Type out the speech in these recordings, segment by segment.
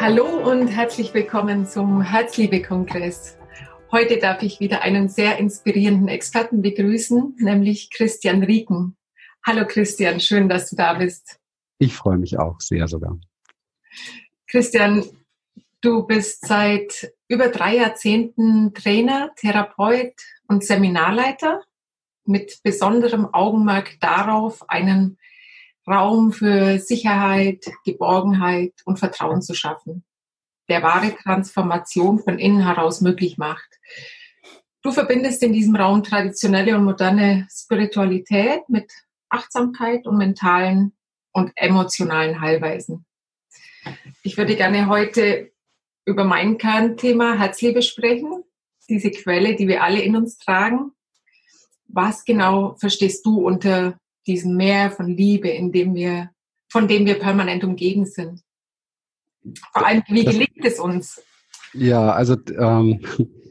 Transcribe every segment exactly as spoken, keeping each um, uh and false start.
Hallo und herzlich willkommen zum Herzliebe-Kongress. Heute darf ich wieder einen sehr inspirierenden Experten begrüßen, nämlich Christian Rieken. Hallo Christian, schön, dass du da bist. Ich freue mich auch sehr sogar. Christian, du bist seit über drei Jahrzehnten Trainer, Therapeut und Seminarleiter mit besonderem Augenmerk darauf, einen Raum für Sicherheit, Geborgenheit und Vertrauen zu schaffen, der wahre Transformation von innen heraus möglich macht. Du verbindest in diesem Raum traditionelle und moderne Spiritualität mit Achtsamkeit und mentalen und emotionalen Heilweisen. Ich würde gerne heute über mein Kernthema Herzliebe sprechen, diese Quelle, die wir alle in uns tragen. Was genau verstehst du unter diesem Meer von Liebe, in dem wir, von dem wir permanent umgeben sind? Vor allem, wie gelingt es uns? Ja, also ähm,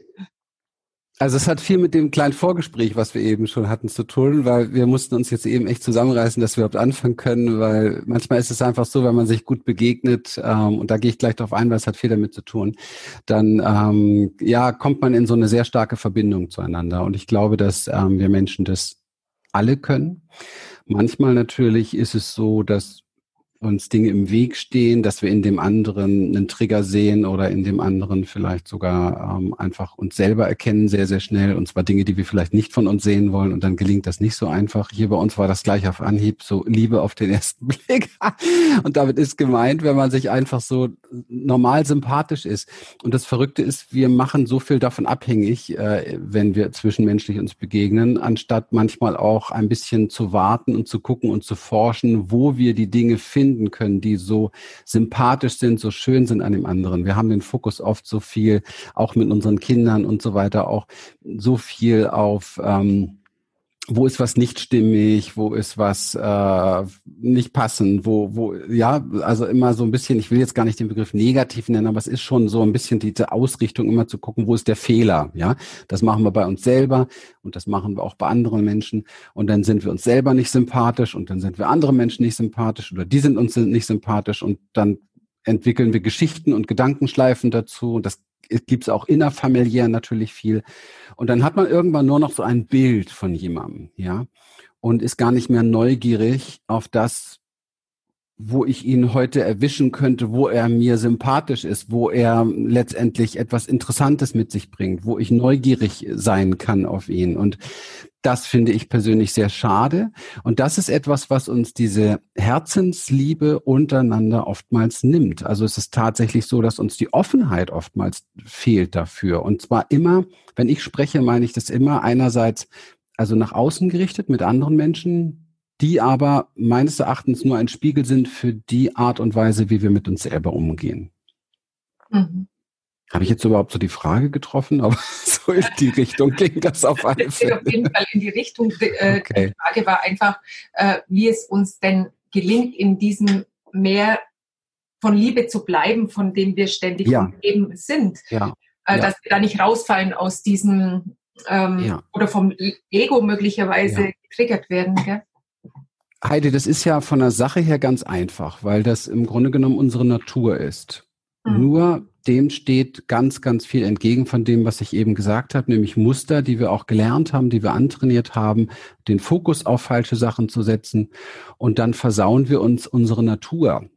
also es hat viel mit dem kleinen Vorgespräch, was wir eben schon hatten, zu tun, weil wir mussten uns jetzt eben echt zusammenreißen, dass wir überhaupt anfangen können, weil manchmal ist es einfach so, wenn man sich gut begegnet, ähm, und da gehe ich gleich drauf ein, weil es hat viel damit zu tun, dann ähm, ja kommt man in so eine sehr starke Verbindung zueinander. Und ich glaube, dass ähm, wir Menschen das alle können. Manchmal natürlich ist es so, dass uns Dinge im Weg stehen, dass wir in dem anderen einen Trigger sehen oder in dem anderen vielleicht sogar ähm, einfach uns selber erkennen sehr, sehr schnell, und zwar Dinge, die wir vielleicht nicht von uns sehen wollen, und dann gelingt das nicht so einfach. Hier bei uns war das gleich auf Anhieb, so Liebe auf den ersten Blick. Und damit ist gemeint, wenn man sich einfach so normal sympathisch ist. Und das Verrückte ist, wir machen so viel davon abhängig, äh, wenn wir zwischenmenschlich uns begegnen, anstatt manchmal auch ein bisschen zu warten und zu gucken und zu forschen, wo wir die Dinge finden können, die so sympathisch sind, so schön sind an dem anderen. Wir haben den Fokus oft so viel, auch mit unseren Kindern und so weiter, auch so viel auf, ähm, wo ist was nicht stimmig, wo ist was äh, nicht passend, wo, wo, ja, also immer so ein bisschen, ich will jetzt gar nicht den Begriff negativ nennen, aber es ist schon so ein bisschen diese Ausrichtung, immer zu gucken, wo ist der Fehler, ja. Das machen wir bei uns selber und das machen wir auch bei anderen Menschen, und dann sind wir uns selber nicht sympathisch und dann sind wir andere Menschen nicht sympathisch oder die sind uns nicht sympathisch, und dann entwickeln wir Geschichten und Gedankenschleifen dazu, und das gibt es auch innerfamiliär natürlich viel. Und dann hat man irgendwann nur noch so ein Bild von jemandem, ja, und ist gar nicht mehr neugierig auf das, wo ich ihn heute erwischen könnte, wo er mir sympathisch ist, wo er letztendlich etwas Interessantes mit sich bringt, wo ich neugierig sein kann auf ihn. Und das finde ich persönlich sehr schade. Und das ist etwas, was uns diese Herzensliebe untereinander oftmals nimmt. Also es ist tatsächlich so, dass uns die Offenheit oftmals fehlt dafür. Und zwar immer, wenn ich spreche, meine ich das immer einerseits also nach außen gerichtet mit anderen Menschen, die aber meines Erachtens nur ein Spiegel sind für die Art und Weise, wie wir mit uns selber umgehen. Mhm. Habe ich jetzt überhaupt so die Frage getroffen? Aber so in die Richtung ging das auf alle Fälle. Auf jeden Fall in die Richtung. Äh, okay. Die Frage war einfach, äh, wie es uns denn gelingt, in diesem Meer von Liebe zu bleiben, von dem wir ständig ja. umgeben sind. Ja. Äh, ja. Dass wir da nicht rausfallen aus diesem ähm, ja. oder vom Ego möglicherweise ja. getriggert werden, gell? Heidi, das ist ja von der Sache her ganz einfach, weil das im Grunde genommen unsere Natur ist. Mhm. Nur dem steht ganz, ganz viel entgegen von dem, was ich eben gesagt habe, nämlich Muster, die wir auch gelernt haben, die wir antrainiert haben, den Fokus auf falsche Sachen zu setzen, und dann versauen wir uns unsere Natur.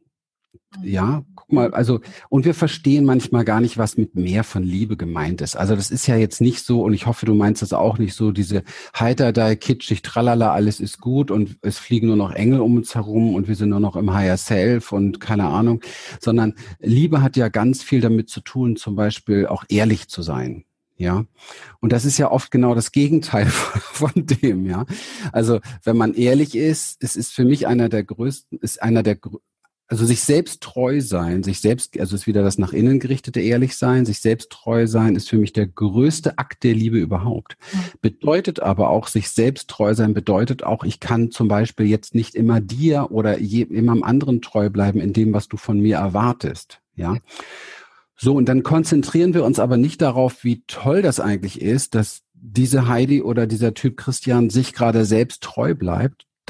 Ja, guck mal, also, und wir verstehen manchmal gar nicht, was mit mehr von Liebe gemeint ist. Also das ist ja jetzt nicht so, und ich hoffe, du meinst das auch nicht so, diese heiter, kitschig, tralala, alles ist gut und es fliegen nur noch Engel um uns herum und wir sind nur noch im Higher Self und keine Ahnung, sondern Liebe hat ja ganz viel damit zu tun, zum Beispiel auch ehrlich zu sein. Ja, und das ist ja oft genau das Gegenteil von, von dem, ja. Also wenn man ehrlich ist, es ist für mich einer der größten, ist einer der Also sich selbst treu sein, sich selbst, also ist wieder das nach innen gerichtete ehrlich sein, sich selbst treu sein ist für mich der größte Akt der Liebe überhaupt. Mhm. Bedeutet aber auch, sich selbst treu sein bedeutet auch, ich kann zum Beispiel jetzt nicht immer dir oder je, immer am anderen treu bleiben in dem, was du von mir erwartest, ja. So, und dann konzentrieren wir uns aber nicht darauf, wie toll das eigentlich ist, dass diese Heidi oder dieser Typ Christian sich gerade selbst treu bleibt.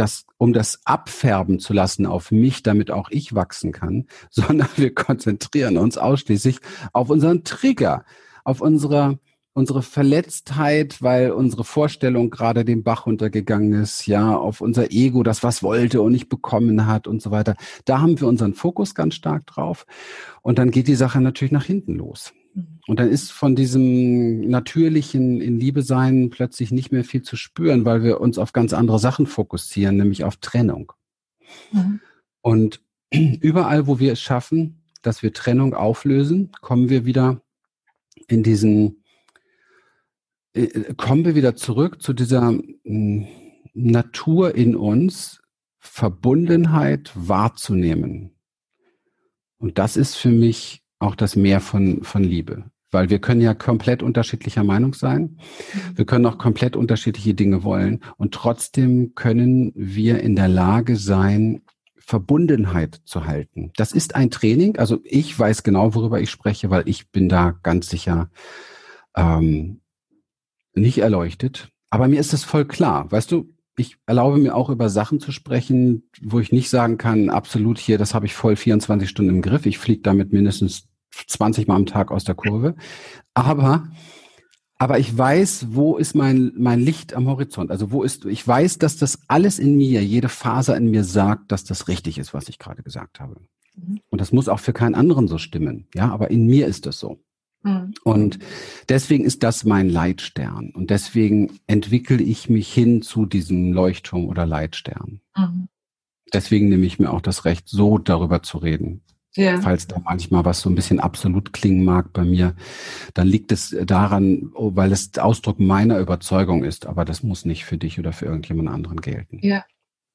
das, um das abfärben zu lassen auf mich, damit auch ich wachsen kann, sondern wir konzentrieren uns ausschließlich auf unseren Trigger, auf unsere, unsere Verletztheit, weil unsere Vorstellung gerade den Bach runtergegangen ist, ja, auf unser Ego, das was wollte und nicht bekommen hat und so weiter. Da haben wir unseren Fokus ganz stark drauf. Und dann geht die Sache natürlich nach hinten los. Und dann ist von diesem natürlichen in Liebe sein plötzlich nicht mehr viel zu spüren, weil wir uns auf ganz andere Sachen fokussieren, nämlich auf Trennung. Mhm. Und überall, wo wir es schaffen, dass wir Trennung auflösen, kommen wir wieder in diesen, äh, kommen wir wieder zurück zu dieser äh, Natur in uns, Verbundenheit wahrzunehmen. Und das ist für mich auch das Mehr von, von Liebe. Weil wir können ja komplett unterschiedlicher Meinung sein. Wir können auch komplett unterschiedliche Dinge wollen. Und trotzdem können wir in der Lage sein, Verbundenheit zu halten. Das ist ein Training. Also ich weiß genau, worüber ich spreche, weil ich bin da ganz sicher ähm, nicht erleuchtet. Aber mir ist es voll klar. Weißt du, ich erlaube mir auch über Sachen zu sprechen, wo ich nicht sagen kann, absolut hier, das habe ich voll vierundzwanzig Stunden im Griff. Ich fliege damit mindestens zwanzig Mal am Tag aus der Kurve. Aber, aber ich weiß, wo ist mein, mein Licht am Horizont? Also wo ist, ich weiß, dass das alles in mir, jede Faser in mir sagt, dass das richtig ist, was ich gerade gesagt habe. Und das muss auch für keinen anderen so stimmen. Ja, aber in mir ist das so. Mhm. Und deswegen ist das mein Leitstern. Und deswegen entwickle ich mich hin zu diesem Leuchtturm oder Leitstern. Mhm. Deswegen nehme ich mir auch das Recht, so darüber zu reden. Ja. Falls da manchmal was so ein bisschen absolut klingen mag bei mir, dann liegt es daran, weil es Ausdruck meiner Überzeugung ist, aber das muss nicht für dich oder für irgendjemand anderen gelten. Ja.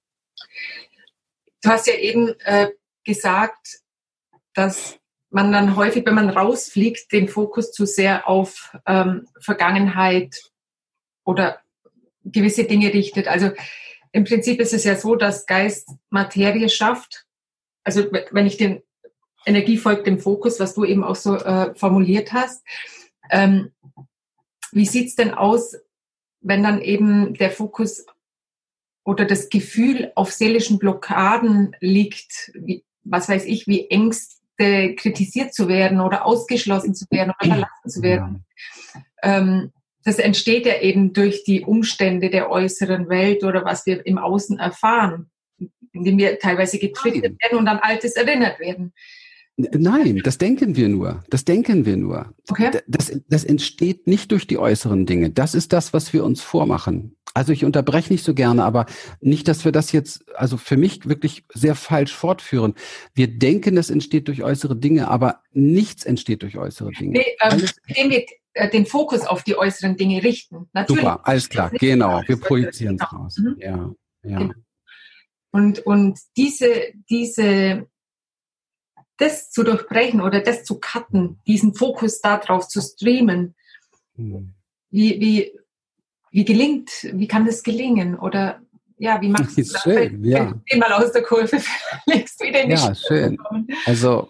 Du hast ja eben äh, gesagt, dass man dann häufig, wenn man rausfliegt, den Fokus zu sehr auf ähm, Vergangenheit oder gewisse Dinge richtet. Also im Prinzip ist es ja so, dass Geist Materie schafft. Also wenn ich den Energie folgt dem Fokus, was du eben auch so äh, formuliert hast. Ähm, wie sieht's denn aus, wenn dann eben der Fokus oder das Gefühl auf seelischen Blockaden liegt, wie, was weiß ich, wie Ängste kritisiert zu werden oder ausgeschlossen zu werden oder verlassen zu werden. Ja. Ähm, das entsteht ja eben durch die Umstände der äußeren Welt oder was wir im Außen erfahren, indem wir teilweise getriggert werden und an Altes erinnert werden. Nein, das denken wir nur. Das denken wir nur. Okay. Das, das entsteht nicht durch die äußeren Dinge. Das ist das, was wir uns vormachen. Also ich unterbreche nicht so gerne, aber nicht, dass wir das jetzt, also für mich wirklich sehr falsch fortführen. Wir denken, es entsteht durch äußere Dinge, aber nichts entsteht durch äußere Dinge. Nee, ähm, indem wir äh, den Fokus auf die äußeren Dinge richten. Natürlich. Super, alles klar, genau. Wir projizieren es raus. Mhm. Ja, ja. Genau. Und, und diese, diese, das zu durchbrechen oder das zu cutten, diesen Fokus darauf zu streamen, hm. wie, wie, wie gelingt, wie kann das gelingen? Oder ja, wie machst du das? Schön, ja. Geh mal aus der Kurve, legst wieder in die Ja, schön. Kommen. Also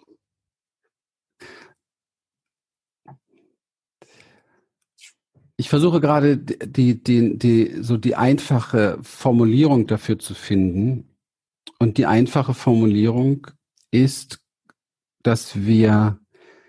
ich versuche gerade die, die, die, so die einfache Formulierung dafür zu finden. Und die einfache Formulierung ist, dass wir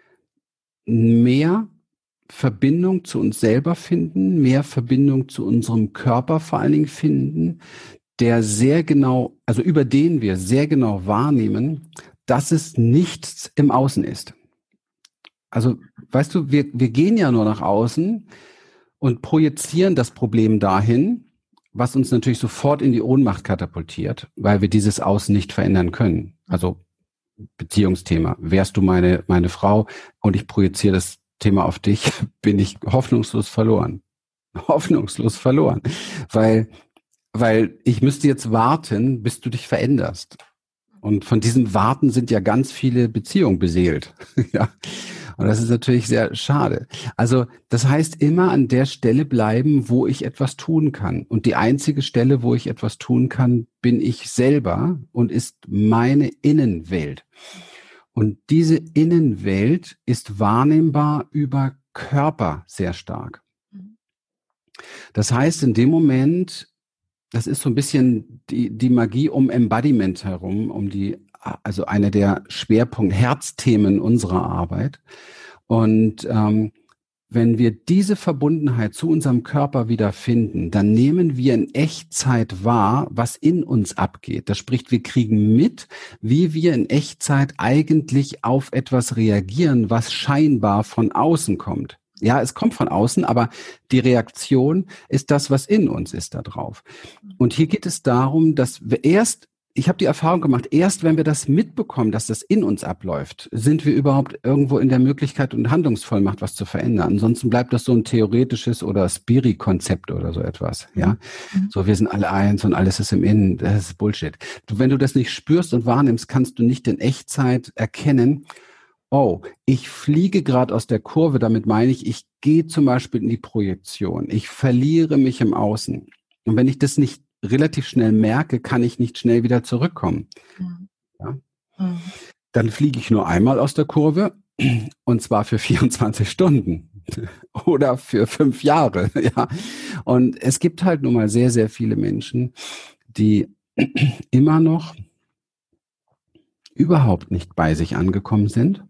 mehr Verbindung zu uns selber finden, mehr Verbindung zu unserem Körper vor allen Dingen finden, der sehr genau, also über den wir sehr genau wahrnehmen, dass es nichts im Außen ist. Also, weißt du, wir, wir gehen ja nur nach außen und projizieren das Problem dahin, was uns natürlich sofort in die Ohnmacht katapultiert, weil wir dieses Außen nicht verändern können. Also Beziehungsthema. Wärst du meine, meine Frau und ich projiziere das Thema auf dich, bin ich hoffnungslos verloren. Hoffnungslos verloren. Weil, weil ich müsste jetzt warten, bis du dich veränderst. Und von diesem Warten sind ja ganz viele Beziehungen beseelt. Ja. Und das ist natürlich sehr schade. Also das heißt, immer an der Stelle bleiben, wo ich etwas tun kann. Und die einzige Stelle, wo ich etwas tun kann, bin ich selber und ist meine Innenwelt. Und diese Innenwelt ist wahrnehmbar über Körper sehr stark. Das heißt, in dem Moment, das ist so ein bisschen die, die Magie um Embodiment herum, um die, also eine der Schwerpunkt, Herzthemen unserer Arbeit. Und ähm, wenn wir diese Verbundenheit zu unserem Körper wieder finden, dann nehmen wir in Echtzeit wahr, was in uns abgeht. Das spricht, wir kriegen mit, wie wir in Echtzeit eigentlich auf etwas reagieren, was scheinbar von außen kommt. Ja, es kommt von außen, aber die Reaktion ist das, was in uns ist da drauf. Und hier geht es darum, dass wir erst, ich habe die Erfahrung gemacht, erst wenn wir das mitbekommen, dass das in uns abläuft, sind wir überhaupt irgendwo in der Möglichkeit und Handlungsvollmacht, was zu verändern. Ansonsten bleibt das so ein theoretisches oder Spiri-Konzept oder so etwas. Ja, mhm. So wir sind alle eins und alles ist im Innen. Das ist Bullshit. Du, wenn du das nicht spürst und wahrnimmst, kannst du nicht in Echtzeit erkennen, oh, ich fliege gerade aus der Kurve, damit meine ich, ich gehe zum Beispiel in die Projektion. Ich verliere mich im Außen. Und wenn ich das nicht relativ schnell merke, kann ich nicht schnell wieder zurückkommen. Mhm. Ja? Mhm. Dann fliege ich nur einmal aus der Kurve und zwar für vierundzwanzig Stunden oder für fünf Jahre. Ja? Und es gibt halt nun mal sehr, sehr viele Menschen, die immer noch überhaupt nicht bei sich angekommen sind.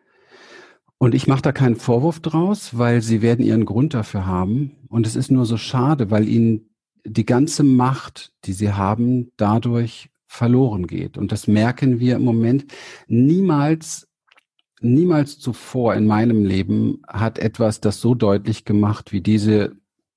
Und ich mache da keinen Vorwurf draus, weil sie werden ihren Grund dafür haben. Und es ist nur so schade, weil ihnen die ganze Macht, die sie haben, dadurch verloren geht. Und das merken wir im Moment. Niemals, niemals zuvor in meinem Leben hat etwas das so deutlich gemacht wie diese,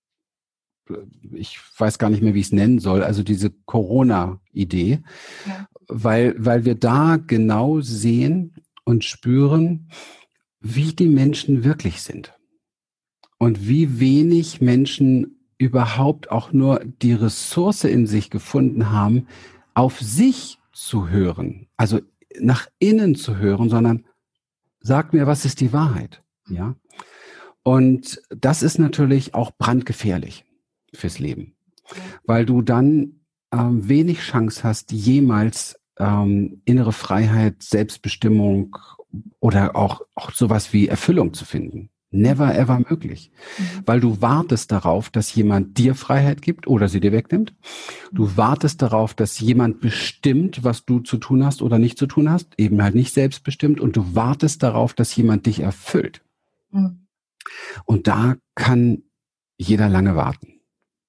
ich weiß gar nicht mehr, wie ich es nennen soll, also diese Corona-Idee. Ja. Weil, weil wir da genau sehen und spüren, wie die Menschen wirklich sind und wie wenig Menschen überhaupt auch nur die Ressource in sich gefunden haben, auf sich zu hören, also nach innen zu hören, sondern sag mir, was ist die Wahrheit? Ja. Und das ist natürlich auch brandgefährlich fürs Leben, weil du dann ähm, wenig Chance hast, jemals ähm, innere Freiheit, Selbstbestimmung oder auch, auch sowas wie Erfüllung zu finden. Never ever möglich. Mhm. Weil du wartest darauf, dass jemand dir Freiheit gibt oder sie dir wegnimmt. Du wartest darauf, dass jemand bestimmt, was du zu tun hast oder nicht zu tun hast, eben halt nicht selbstbestimmt. Und du wartest darauf, dass jemand dich erfüllt. Mhm. Und da kann jeder lange warten.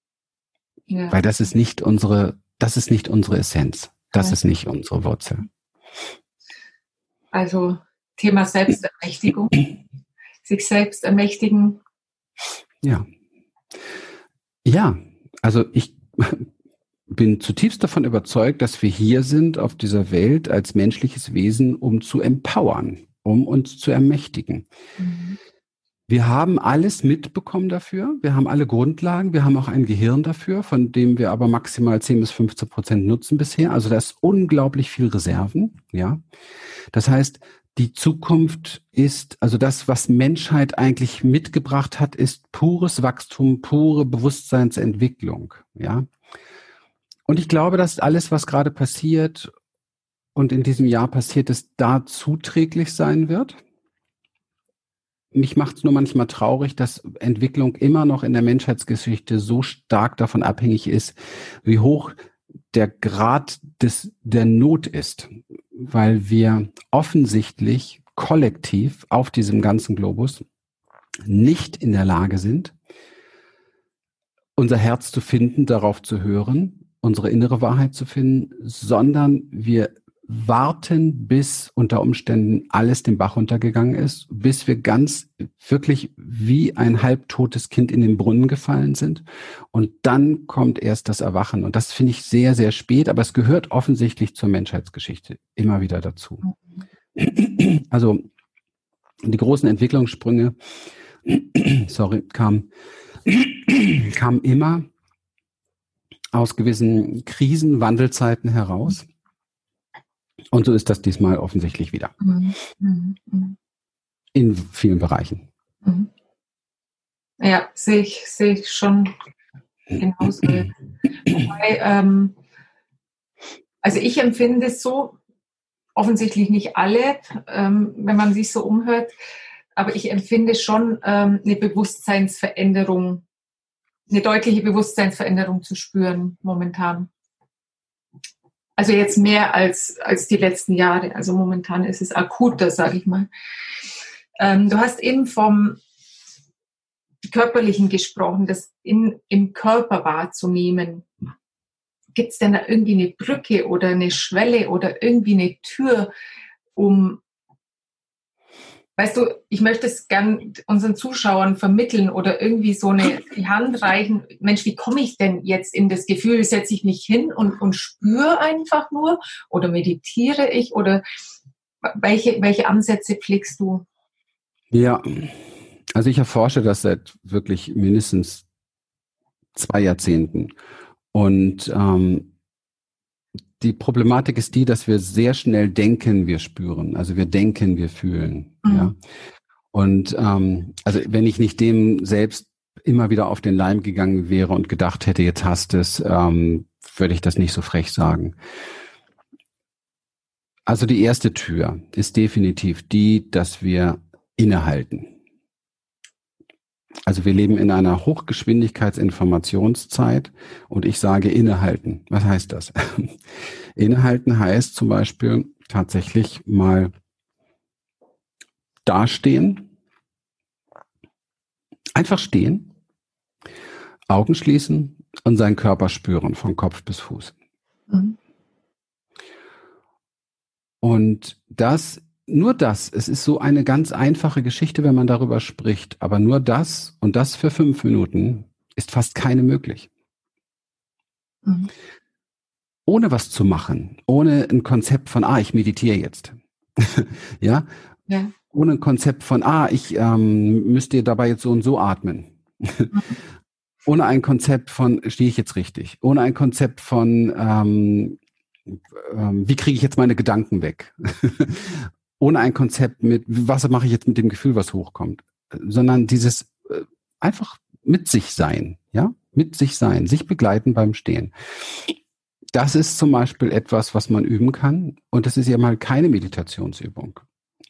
Ja. Weil das ist nicht unsere, das ist nicht unsere Essenz. Das ja. ist nicht unsere Wurzel. Also Thema Selbstermächtigung, sich selbst ermächtigen. Ja. Ja, also ich bin zutiefst davon überzeugt, dass wir hier sind auf dieser Welt als menschliches Wesen, um zu empowern, um uns zu ermächtigen. Mhm. Wir haben alles mitbekommen dafür, wir haben alle Grundlagen, wir haben auch ein Gehirn dafür, von dem wir aber maximal zehn bis fünfzehn Prozent nutzen bisher. Also da ist unglaublich viel Reserven, ja. Das heißt, die Zukunft ist, also das, was Menschheit eigentlich mitgebracht hat, ist pures Wachstum, pure Bewusstseinsentwicklung, ja. Und ich glaube, dass alles, was gerade passiert und in diesem Jahr passiert ist, da zuträglich sein wird. Mich macht es nur manchmal traurig, dass Entwicklung immer noch in der Menschheitsgeschichte so stark davon abhängig ist, wie hoch der Grad des, der Not ist, weil wir offensichtlich kollektiv auf diesem ganzen Globus nicht in der Lage sind, unser Herz zu finden, darauf zu hören, unsere innere Wahrheit zu finden, sondern wir warten, bis unter Umständen alles den Bach runtergegangen ist, bis wir ganz wirklich wie ein halbtotes Kind in den Brunnen gefallen sind. Und dann kommt erst das Erwachen. Und das finde ich sehr, sehr spät, aber es gehört offensichtlich zur Menschheitsgeschichte immer wieder dazu. Also die großen Entwicklungssprünge, sorry, kamen kam immer aus gewissen Krisen, Wandelzeiten heraus. Und so ist das diesmal offensichtlich wieder. Mhm. Mhm. In vielen Bereichen. Mhm. Ja, sehe ich, sehe ich schon genauso. Wobei, ähm, also ich empfinde es so, offensichtlich nicht alle, ähm, wenn man sich so umhört, aber ich empfinde schon ähm, eine Bewusstseinsveränderung eine deutliche Bewusstseinsveränderung zu spüren momentan. Also jetzt mehr als, als die letzten Jahre. Also momentan ist es akuter, sage ich mal. Ähm, du hast eben vom Körperlichen gesprochen, das in, im Körper wahrzunehmen. Gibt es denn da irgendwie eine Brücke oder eine Schwelle oder irgendwie eine Tür, um, weißt du, ich möchte es gern unseren Zuschauern vermitteln oder irgendwie so eine die Hand reichen. Mensch, wie komme ich denn jetzt in das Gefühl? Setze ich mich hin und, und spüre einfach nur oder meditiere ich oder welche, welche Ansätze pflegst du? Ja, also ich erforsche das seit wirklich mindestens zwei Jahrzehnten. Und ähm, die Problematik ist die, dass wir sehr schnell denken, wir spüren. Also wir denken, wir fühlen. Mhm. Ja. Und ähm, also wenn ich nicht dem selbst immer wieder auf den Leim gegangen wäre und gedacht hätte, jetzt hast es, ähm, würde ich das nicht so frech sagen. Also die erste Tür ist definitiv die, dass wir innehalten. Also wir leben in einer Hochgeschwindigkeitsinformationszeit und ich sage innehalten. Was heißt das? Innehalten heißt zum Beispiel tatsächlich mal dastehen, einfach stehen, Augen schließen und seinen Körper spüren von Kopf bis Fuß. Mhm. Und das, nur das, es ist so eine ganz einfache Geschichte, wenn man darüber spricht, aber nur das und das für fünf Minuten ist fast keine möglich. Mhm. Ohne was zu machen, ohne ein Konzept von, ah, ich meditiere jetzt. ja? ja, ohne ein Konzept von, ah, ich ähm, müsste dabei jetzt so und so atmen. Mhm. Ohne ein Konzept von, stehe ich jetzt richtig? Ohne ein Konzept von, ähm, ähm, wie kriege ich jetzt meine Gedanken weg? Ohne ein Konzept mit, was mache ich jetzt mit dem Gefühl, was hochkommt? Sondern dieses äh, einfach mit sich sein, ja, mit sich sein, sich begleiten beim Stehen. Das ist zum Beispiel etwas, was man üben kann, und das ist ja mal keine Meditationsübung.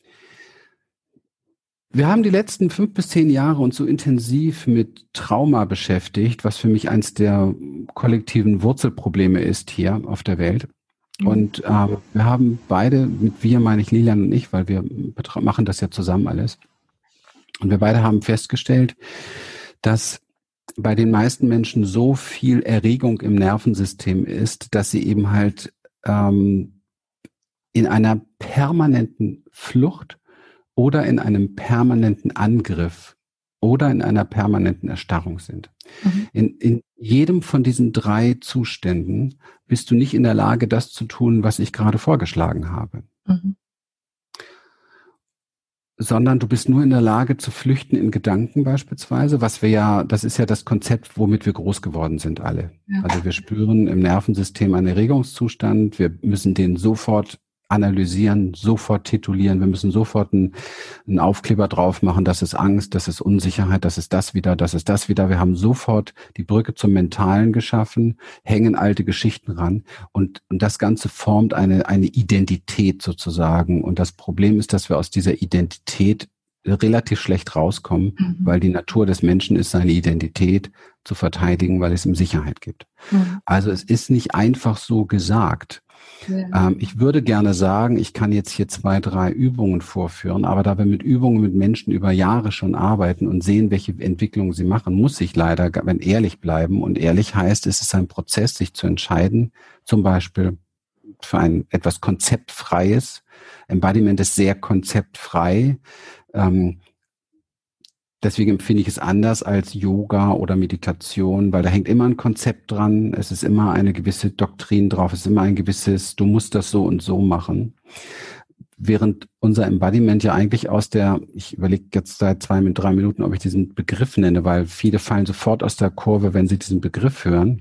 Wir haben die letzten fünf bis zehn Jahre uns so intensiv mit Trauma beschäftigt, was für mich eins der kollektiven Wurzelprobleme ist hier auf der Welt. Mhm. Und ähm, wir haben beide, mit wir meine ich Lilian und ich, weil wir machen das ja zusammen alles. Und wir beide haben festgestellt, dass bei den meisten Menschen so viel Erregung im Nervensystem ist, dass sie eben halt ähm, in einer permanenten Flucht oder in einem permanenten Angriff oder in einer permanenten Erstarrung sind. Mhm. In, in jedem von diesen drei Zuständen bist du nicht in der Lage, das zu tun, was ich gerade vorgeschlagen habe. Mhm. Sondern du bist nur in der Lage zu flüchten in Gedanken beispielsweise, was wir ja, das ist ja das Konzept, womit wir groß geworden sind alle. Ja. Also wir spüren im Nervensystem einen Erregungszustand, wir müssen den sofort analysieren, sofort titulieren, wir müssen sofort einen, einen Aufkleber drauf machen, das ist Angst, das ist Unsicherheit, das ist das wieder, das ist das wieder. Wir haben sofort die Brücke zum Mentalen geschaffen, hängen alte Geschichten ran und, und das Ganze formt eine, eine Identität sozusagen. Und das Problem ist, dass wir aus dieser Identität relativ schlecht rauskommen, mhm. weil die Natur des Menschen ist, seine Identität zu verteidigen, weil es ihm Sicherheit gibt. Mhm. Also es ist nicht einfach so gesagt. Ja. Ähm, ich würde gerne sagen, ich kann jetzt hier zwei, drei Übungen vorführen, aber da wir mit Übungen mit Menschen über Jahre schon arbeiten und sehen, welche Entwicklungen sie machen, muss ich leider, wenn ehrlich bleiben. Und ehrlich heißt, es ist ein Prozess, sich zu entscheiden, zum Beispiel für ein etwas Konzeptfreies. Embodiment ist sehr konzeptfrei. Ähm, Deswegen empfinde ich es anders als Yoga oder Meditation, weil da hängt immer ein Konzept dran, es ist immer eine gewisse Doktrin drauf, es ist immer ein gewisses, du musst das so und so machen. Während unser Embodiment ja eigentlich aus der, ich überlege jetzt seit zwei, drei Minuten, ob ich diesen Begriff nenne, weil viele fallen sofort aus der Kurve, wenn sie diesen Begriff hören.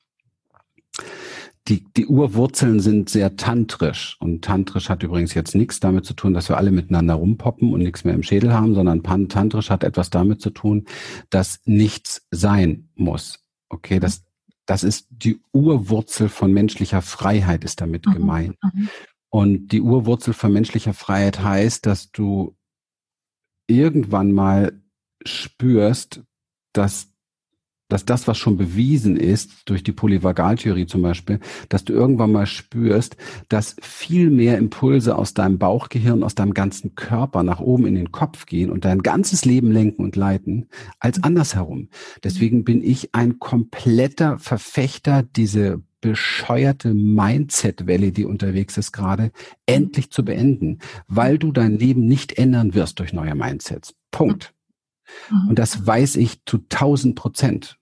Die, die Urwurzeln sind sehr tantrisch, und tantrisch hat übrigens jetzt nichts damit zu tun, dass wir alle miteinander rumpoppen und nichts mehr im Schädel haben, sondern tantrisch hat etwas damit zu tun, dass nichts sein muss. Okay, das, das ist die Urwurzel von menschlicher Freiheit, ist damit mhm. gemeint. Mhm. Und die Urwurzel von menschlicher Freiheit heißt, dass du irgendwann mal spürst, dass dass das, was schon bewiesen ist, durch die Polyvagaltheorie zum Beispiel, dass du irgendwann mal spürst, dass viel mehr Impulse aus deinem Bauchgehirn, aus deinem ganzen Körper nach oben in den Kopf gehen und dein ganzes Leben lenken und leiten, als andersherum. Deswegen bin ich ein kompletter Verfechter, diese bescheuerte Mindset-Welle, die unterwegs ist gerade, endlich zu beenden, weil du dein Leben nicht ändern wirst durch neue Mindsets. Punkt. Und das weiß ich zu tausend Prozent.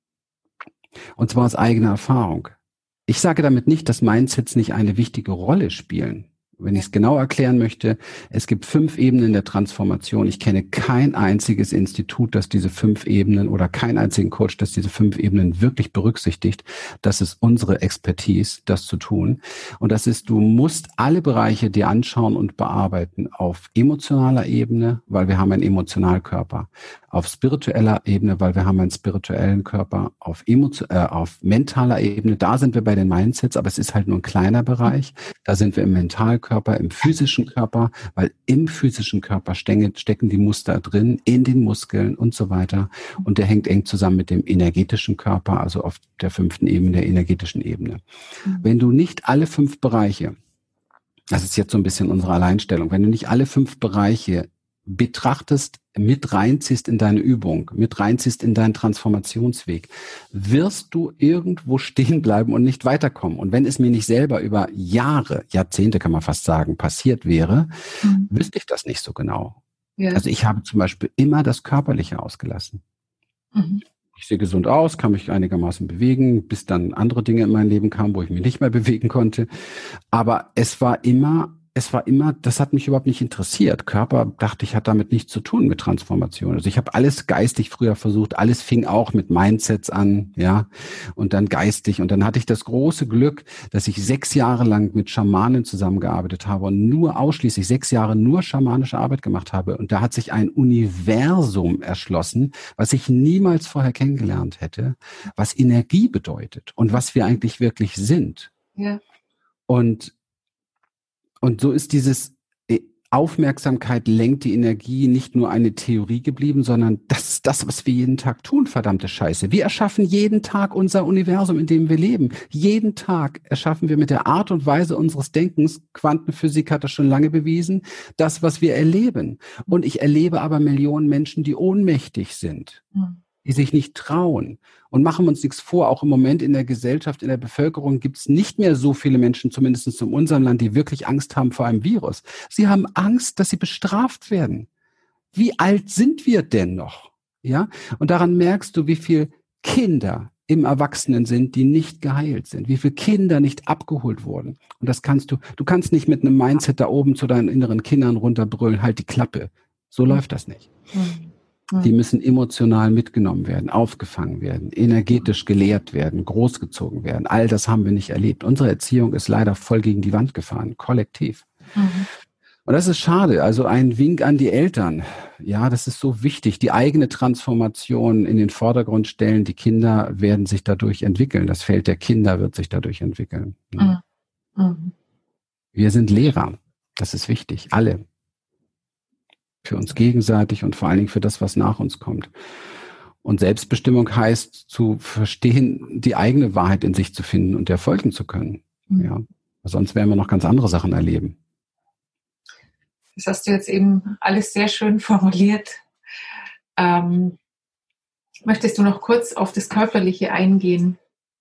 Und zwar aus eigener Erfahrung. Ich sage damit nicht, dass Mindsets nicht eine wichtige Rolle spielen. Wenn ich es genau erklären möchte, es gibt fünf Ebenen der Transformation. Ich kenne kein einziges Institut, das diese fünf Ebenen oder keinen einzigen Coach, das diese fünf Ebenen wirklich berücksichtigt. Das ist unsere Expertise, das zu tun. Und das ist, du musst alle Bereiche dir anschauen und bearbeiten auf emotionaler Ebene, weil wir haben einen Emotionalkörper. Auf spiritueller Ebene, weil wir haben einen spirituellen Körper, auf, emotio- äh, auf mentaler Ebene, da sind wir bei den Mindsets, aber es ist halt nur ein kleiner Bereich. Da sind wir im Mentalkörper, im physischen Körper, weil im physischen Körper stecken, stecken die Muster drin, in den Muskeln und so weiter. Und der hängt eng zusammen mit dem energetischen Körper, also auf der fünften Ebene, der energetischen Ebene. Mhm. Wenn du nicht alle fünf Bereiche, das ist jetzt so ein bisschen unsere Alleinstellung, wenn du nicht alle fünf Bereiche betrachtest, mit reinziehst in deine Übung, mit reinziehst in deinen Transformationsweg, wirst du irgendwo stehen bleiben und nicht weiterkommen. Und wenn es mir nicht selber über Jahre, Jahrzehnte kann man fast sagen, passiert wäre, mhm. wüsste ich das nicht so genau. Ja. Also ich habe zum Beispiel immer das Körperliche ausgelassen. Mhm. Ich sehe gesund aus, kann mich einigermaßen bewegen, bis dann andere Dinge in mein Leben kamen, wo ich mich nicht mehr bewegen konnte. Aber es war immer Es war immer, das hat mich überhaupt nicht interessiert. Körper, dachte ich, hat damit nichts zu tun mit Transformation. Also ich habe alles geistig früher versucht. Alles fing auch mit Mindsets an, ja, und dann geistig. Und dann hatte ich das große Glück, dass ich sechs Jahre lang mit Schamanen zusammengearbeitet habe und nur ausschließlich sechs Jahre nur schamanische Arbeit gemacht habe. Und da hat sich ein Universum erschlossen, was ich niemals vorher kennengelernt hätte, was Energie bedeutet und was wir eigentlich wirklich sind. Ja. Und Und so ist dieses Aufmerksamkeit lenkt die Energie nicht nur eine Theorie geblieben, sondern das ist das, was wir jeden Tag tun, verdammte Scheiße. Wir erschaffen jeden Tag unser Universum, in dem wir leben. Jeden Tag erschaffen wir mit der Art und Weise unseres Denkens, Quantenphysik hat das schon lange bewiesen, das, was wir erleben. Und ich erlebe aber Millionen Menschen, die ohnmächtig sind. Mhm. Die sich nicht trauen. Und machen wir uns nichts vor, auch im Moment in der Gesellschaft, in der Bevölkerung gibt es nicht mehr so viele Menschen, zumindest in unserem Land, die wirklich Angst haben vor einem Virus. Sie haben Angst, dass sie bestraft werden. Wie alt sind wir denn noch? Ja? Und daran merkst du, wie viele Kinder im Erwachsenen sind, die nicht geheilt sind, wie viele Kinder nicht abgeholt wurden. Und das kannst du, du kannst nicht mit einem Mindset da oben zu deinen inneren Kindern runterbrüllen, halt die Klappe. So mhm. läuft das nicht. Mhm. Die müssen emotional mitgenommen werden, aufgefangen werden, energetisch gelehrt werden, großgezogen werden. All das haben wir nicht erlebt. Unsere Erziehung ist leider voll gegen die Wand gefahren, kollektiv. Mhm. Und das ist schade. Also ein Wink an die Eltern. Ja, das ist so wichtig. Die eigene Transformation in den Vordergrund stellen. Die Kinder werden sich dadurch entwickeln. Das Feld der Kinder wird sich dadurch entwickeln. Mhm. Mhm. Wir sind Lehrer. Das ist wichtig. Alle. Für uns gegenseitig und vor allen Dingen für das, was nach uns kommt. Und Selbstbestimmung heißt, zu verstehen, die eigene Wahrheit in sich zu finden und der folgen zu können. Mhm. Ja, sonst werden wir noch ganz andere Sachen erleben. Das hast du jetzt eben alles sehr schön formuliert. Ähm, möchtest du noch kurz auf das Körperliche eingehen?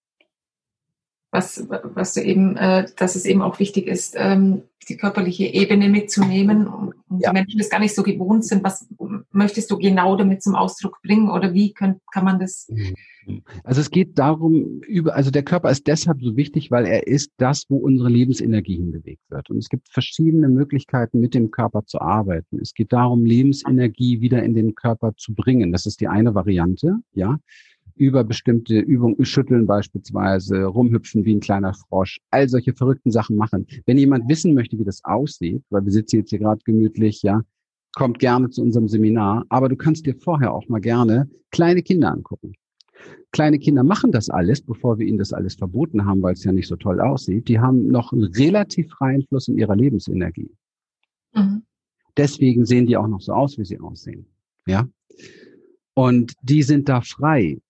Was, was du eben, äh, dass es eben auch wichtig ist, ähm, die körperliche Ebene mitzunehmen und, und ja. die Menschen das gar nicht so gewohnt sind. Was möchtest du genau damit zum Ausdruck bringen oder wie könnt, kann man das? Also es geht darum, über, also der Körper ist deshalb so wichtig, weil er ist das, wo unsere Lebensenergie hinbewegt wird. Und es gibt verschiedene Möglichkeiten, mit dem Körper zu arbeiten. Es geht darum, Lebensenergie wieder in den Körper zu bringen. Das ist die eine Variante, ja. Über bestimmte Übungen, schütteln beispielsweise, rumhüpfen wie ein kleiner Frosch, all solche verrückten Sachen machen. Wenn jemand wissen möchte, wie das aussieht, weil wir sitzen jetzt hier gerade gemütlich, ja, kommt gerne zu unserem Seminar, aber du kannst dir vorher auch mal gerne kleine Kinder angucken. Kleine Kinder machen das alles, bevor wir ihnen das alles verboten haben, weil es ja nicht so toll aussieht. Die haben noch einen relativ freien Fluss in ihrer Lebensenergie. Mhm. Deswegen sehen die auch noch so aus, wie sie aussehen. Ja. Und die sind da frei.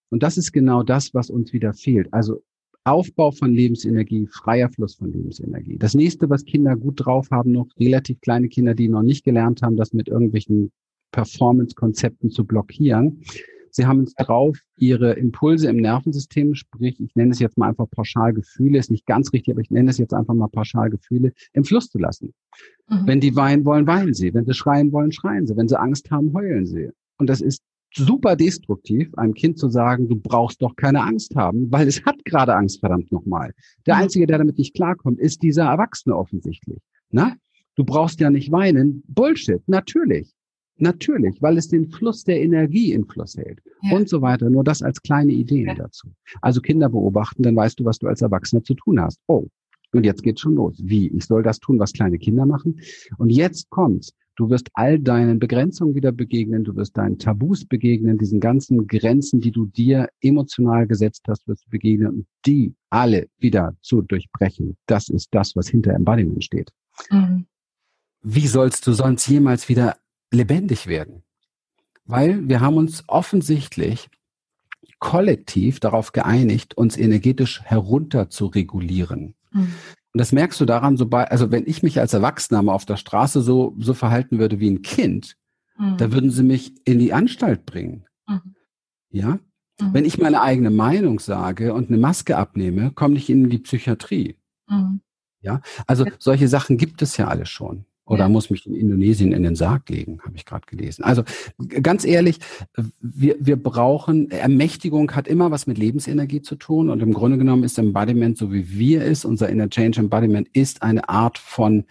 Und das ist genau das, was uns wieder fehlt. Also Aufbau von Lebensenergie, freier Fluss von Lebensenergie. Das nächste, was Kinder gut drauf haben, noch relativ kleine Kinder, die noch nicht gelernt haben, das mit irgendwelchen Performance-Konzepten zu blockieren. Sie haben es drauf, ihre Impulse im Nervensystem, sprich, ich nenne es jetzt mal einfach pauschal Gefühle, ist nicht ganz richtig, aber ich nenne es jetzt einfach mal pauschal Gefühle, im Fluss zu lassen. Mhm. Wenn die weinen wollen, weinen sie. Wenn sie schreien wollen, schreien sie. Wenn sie Angst haben, heulen sie. Und das ist super destruktiv, einem Kind zu sagen, du brauchst doch keine Angst haben, weil es hat gerade Angst, verdammt nochmal. Der Einzige, der damit nicht klarkommt, ist dieser Erwachsene offensichtlich. Na? Du brauchst ja nicht weinen. Bullshit, natürlich. Natürlich, weil es den Fluss der Energie in Fluss hält ja. und so weiter. Nur das als kleine Ideen ja. dazu. Also Kinder beobachten, dann weißt du, was du als Erwachsener zu tun hast. Oh, und jetzt geht's schon los. Wie? Ich soll das tun, was kleine Kinder machen? Und jetzt kommt's. Du wirst all deinen Begrenzungen wieder begegnen, du wirst deinen Tabus begegnen, diesen ganzen Grenzen, die du dir emotional gesetzt hast, wirst du begegnen und die alle wieder zu durchbrechen. Das ist das, was hinter Embodiment steht. Mhm. Wie sollst du sonst jemals wieder lebendig werden? Weil wir haben uns offensichtlich kollektiv darauf geeinigt, uns energetisch herunter zu regulieren. Mhm. Und das merkst du daran, sobald, also wenn ich mich als Erwachsener mal auf der Straße so, so verhalten würde wie ein Kind, mhm. da würden sie mich in die Anstalt bringen. Mhm. Ja? Mhm. Wenn ich meine eigene Meinung sage und eine Maske abnehme, komme ich in die Psychiatrie. Mhm. Ja? Also solche Sachen gibt es ja alle schon. Oder ja. muss mich in Indonesien in den Sarg legen, habe ich gerade gelesen. Also ganz ehrlich, wir, wir brauchen, Ermächtigung hat immer was mit Lebensenergie zu tun und im Grunde genommen ist Embodiment, so wie wir es, unser Inner Change Embodiment ist eine Art von